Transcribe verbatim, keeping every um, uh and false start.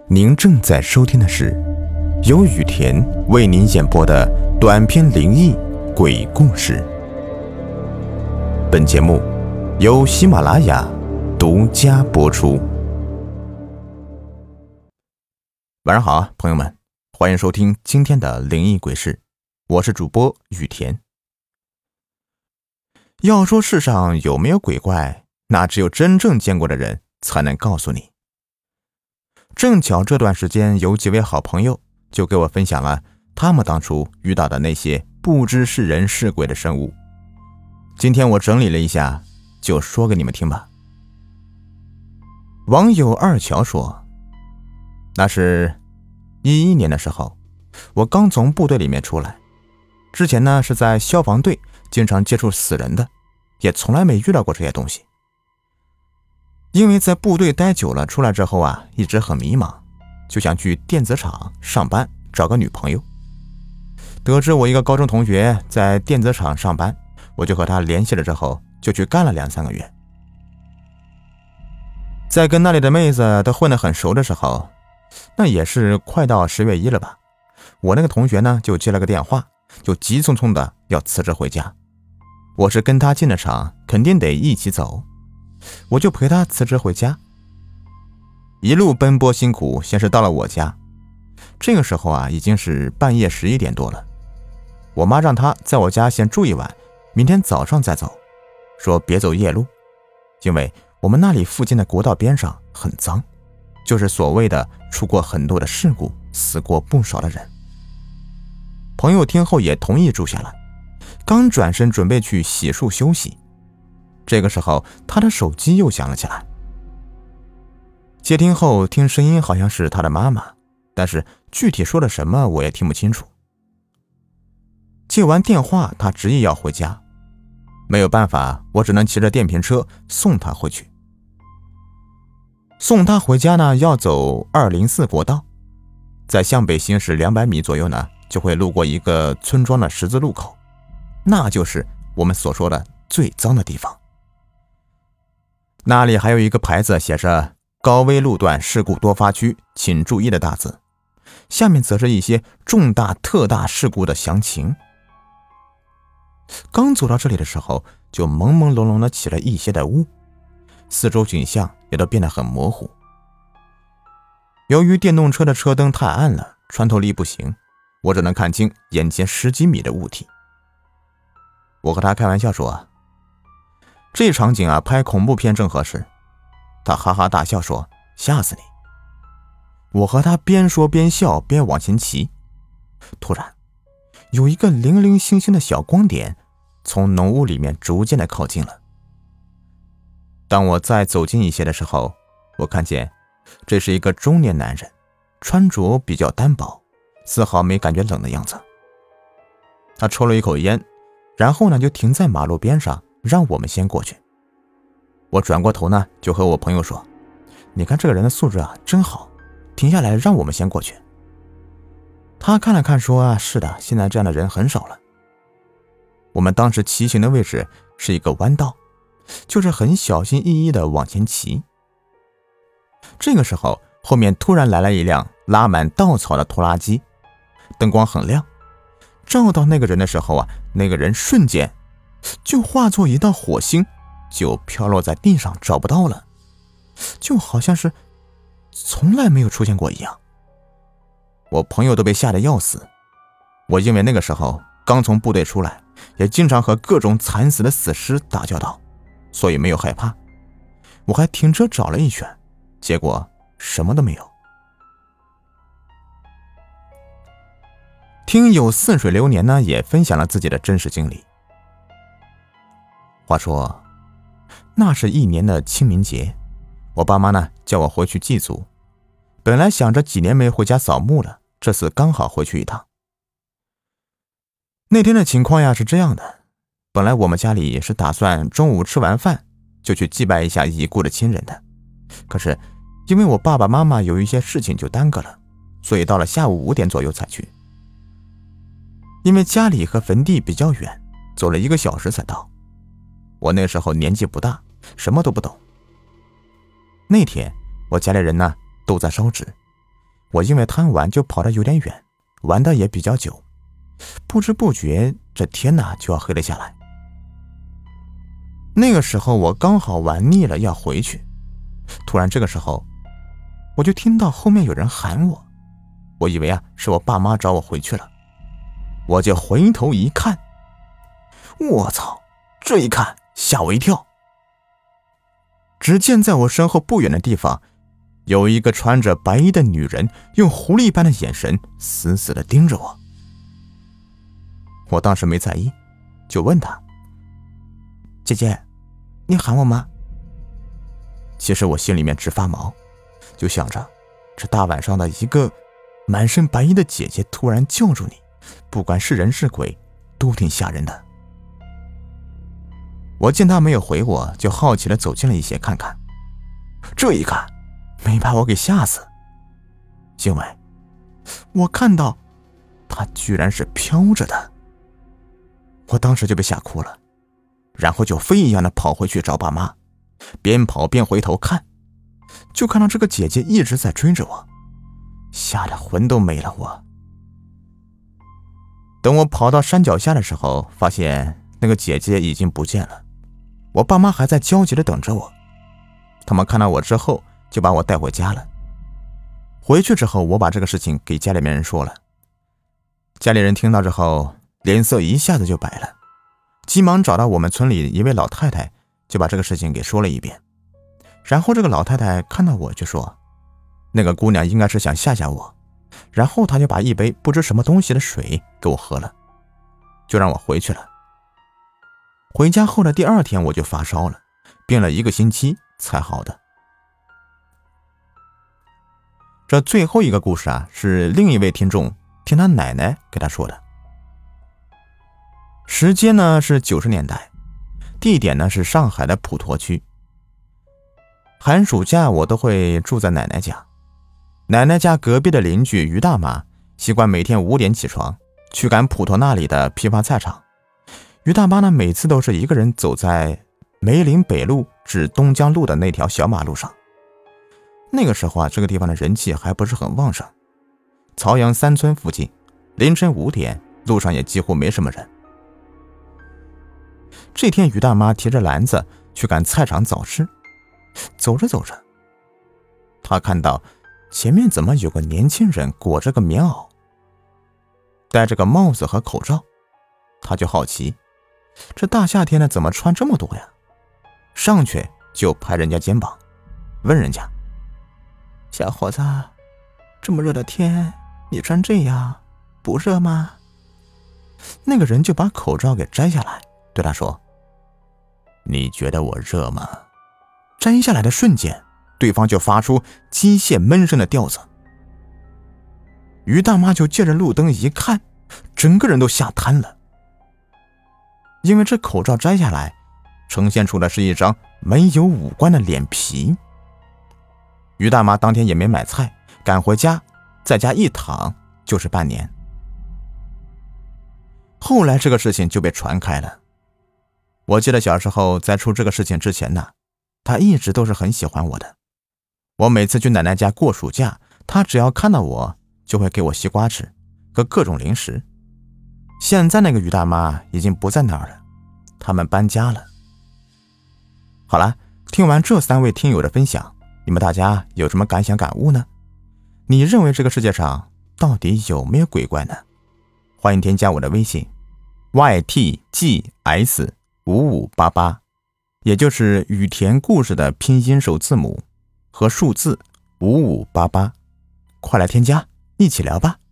您正在收听的是由雨田为您演播的短篇灵异鬼故事。本节目由喜马拉雅独家播出。晚上好啊，朋友们，欢迎收听今天的灵异鬼事，我是主播雨田。要说世上有没有鬼怪，那只有真正见过的人才能告诉你。正巧这段时间有几位好朋友就给我分享了他们当初遇到的那些不知是人是鬼的生物。今天我整理了一下，就说给你们听吧。网友二乔说，那是一一年的时候，我刚从部队里面出来，之前呢是在消防队经常接触死人的，也从来没遇到过这些东西。因为在部队待久了，出来之后啊，一直很迷茫，就想去电子厂上班，找个女朋友。得知我一个高中同学在电子厂上班，我就和他联系了，之后就去干了两三个月。在跟那里的妹子都混得很熟的时候，那也是快到十月一了吧，我那个同学呢就接了个电话，就急匆匆的要辞职回家。我是跟他进了厂，肯定得一起走，我就陪他辞职回家。一路奔波辛苦，先是到了我家。这个时候啊，已经是半夜十一点多了。我妈让他在我家先住一晚，明天早上再走，说别走夜路，因为我们那里附近的国道边上很脏，就是所谓的出过很多的事故，死过不少的人。朋友听后也同意住下来，刚转身准备去洗漱休息，这个时候他的手机又响了起来。接听后听声音好像是他的妈妈，但是具体说了什么我也听不清楚。接完电话，他执意要回家，没有办法，我只能骑着电瓶车送他回去。送他回家呢，要走二零四国道，在向北行驶两百米左右呢，就会路过一个村庄的十字路口，那就是我们所说的最脏的地方。那里还有一个牌子写着高危路段事故多发区，请注意的大字，下面则是一些重大特大事故的详情。刚走到这里的时候，就朦朦胧胧的起了一些的雾，四周景象也都变得很模糊。由于电动车的车灯太暗了，穿透力不行，我只能看清眼前十几米的物体。我和他开玩笑说，这场景啊，拍恐怖片正合适。他哈哈大笑说，吓死你。我和他边说边笑边往前骑，突然有一个零零星星的小光点从浓雾里面逐渐的靠近了。当我再走近一些的时候，我看见这是一个中年男人，穿着比较单薄，丝毫没感觉冷的样子。他抽了一口烟，然后呢就停在马路边上，让我们先过去。我转过头呢，就和我朋友说，你看这个人的素质啊真好，停下来让我们先过去。他看了看说，啊，是的，现在这样的人很少了。我们当时骑行的位置是一个弯道，就是很小心翼翼的往前骑。这个时候后面突然来了一辆拉满稻草的拖拉机，灯光很亮，照到那个人的时候啊，那个人瞬间就化作一道火星，就飘落在地上找不到了，就好像是从来没有出现过一样。我朋友都被吓得要死。我因为那个时候刚从部队出来，也经常和各种惨死的死尸打交道，所以没有害怕。我还停车找了一圈，结果什么都没有。听友似水流年呢，也分享了自己的真实经历。话说那是一年的清明节，我爸妈呢叫我回去祭祖，本来想着几年没回家扫墓了，这次刚好回去一趟。那天的情况呀是这样的，本来我们家里是打算中午吃完饭就去祭拜一下已故的亲人的，可是因为我爸爸妈妈有一些事情就耽搁了，所以到了下午五点左右才去。因为家里和坟地比较远，走了一个小时才到。我那时候年纪不大，什么都不懂。那天我家里人呢都在烧纸， 我因为贪玩就跑得有点远，玩的也比较久，不知不觉这天哪就要黑了下来。那个时候我刚好玩腻了要回去，突然这个时候我就听到后面有人喊我，我以为啊是我爸妈找我回去了，我就回头一看，我操，这一看吓我一跳。只见在我身后不远的地方有一个穿着白衣的女人，用狐狸般的眼神死死地盯着我。我当时没在意，就问她，姐姐，你喊我吗？其实我心里面直发毛，就想着这大晚上的一个满身白衣的姐姐突然叫住你，不管是人是鬼都挺吓人的。我见她没有回我，就好奇地走近了一些看看，这一看没把我给吓死，因为我看到她居然是飘着的。我当时就被吓哭了，然后就飞一样的跑回去找爸妈，边跑边回头看，就看到这个姐姐一直在追着我，吓得魂都没了我。等我跑到山脚下的时候，发现那个姐姐已经不见了，我爸妈还在焦急的等着我。他们看到我之后就把我带回家了。回去之后我把这个事情给家里面人说了，家里人听到之后脸色一下子就白了，急忙找到我们村里一位老太太，就把这个事情给说了一遍。然后这个老太太看到我就说，那个姑娘应该是想吓吓我，然后她就把一杯不知什么东西的水给我喝了，就让我回去了。回家后的第二天我就发烧了，病了一个星期才好的。这最后一个故事啊，是另一位听众听他奶奶给他说的。时间呢是九十年代，地点呢是上海的普陀区。寒暑假我都会住在奶奶家，奶奶家隔壁的邻居于大妈习惯每天五点起床去赶普陀那里的批发菜场。于大妈呢每次都是一个人走在梅林北路至东江路的那条小马路上。那个时候啊，这个地方的人气还不是很旺盛，曹阳三村附近凌晨五点路上也几乎没什么人。这天于大妈提着篮子去赶菜场早市，走着走着，她看到前面怎么有个年轻人裹着个棉袄，戴着个帽子和口罩，她就好奇，这大夏天的怎么穿这么多呀？上去就拍人家肩膀，问人家，小伙子，这么热的天你穿这样不热吗？那个人就把口罩给摘下来，对他说，你觉得我热吗？摘下来的瞬间，对方就发出机械闷声的调子。于大妈就借着路灯一看，整个人都吓瘫了，因为这口罩摘下来呈现出的是一张没有五官的脸皮。于大妈当天也没买菜，赶回家，在家一躺就是半年。后来这个事情就被传开了。我记得小时候在出这个事情之前呢，他一直都是很喜欢我的。我每次去奶奶家过暑假，他只要看到我就会给我西瓜吃和各种零食。现在那个于大妈已经不在那儿了，他们搬家了。好了，听完这三位听友的分享，你们大家有什么感想感悟呢？你认为这个世界上到底有没有鬼怪呢？欢迎添加我的微信 Y T G S 五五八八，也就是雨田故事的拼音首字母和数字五五八八，快来添加，一起聊吧。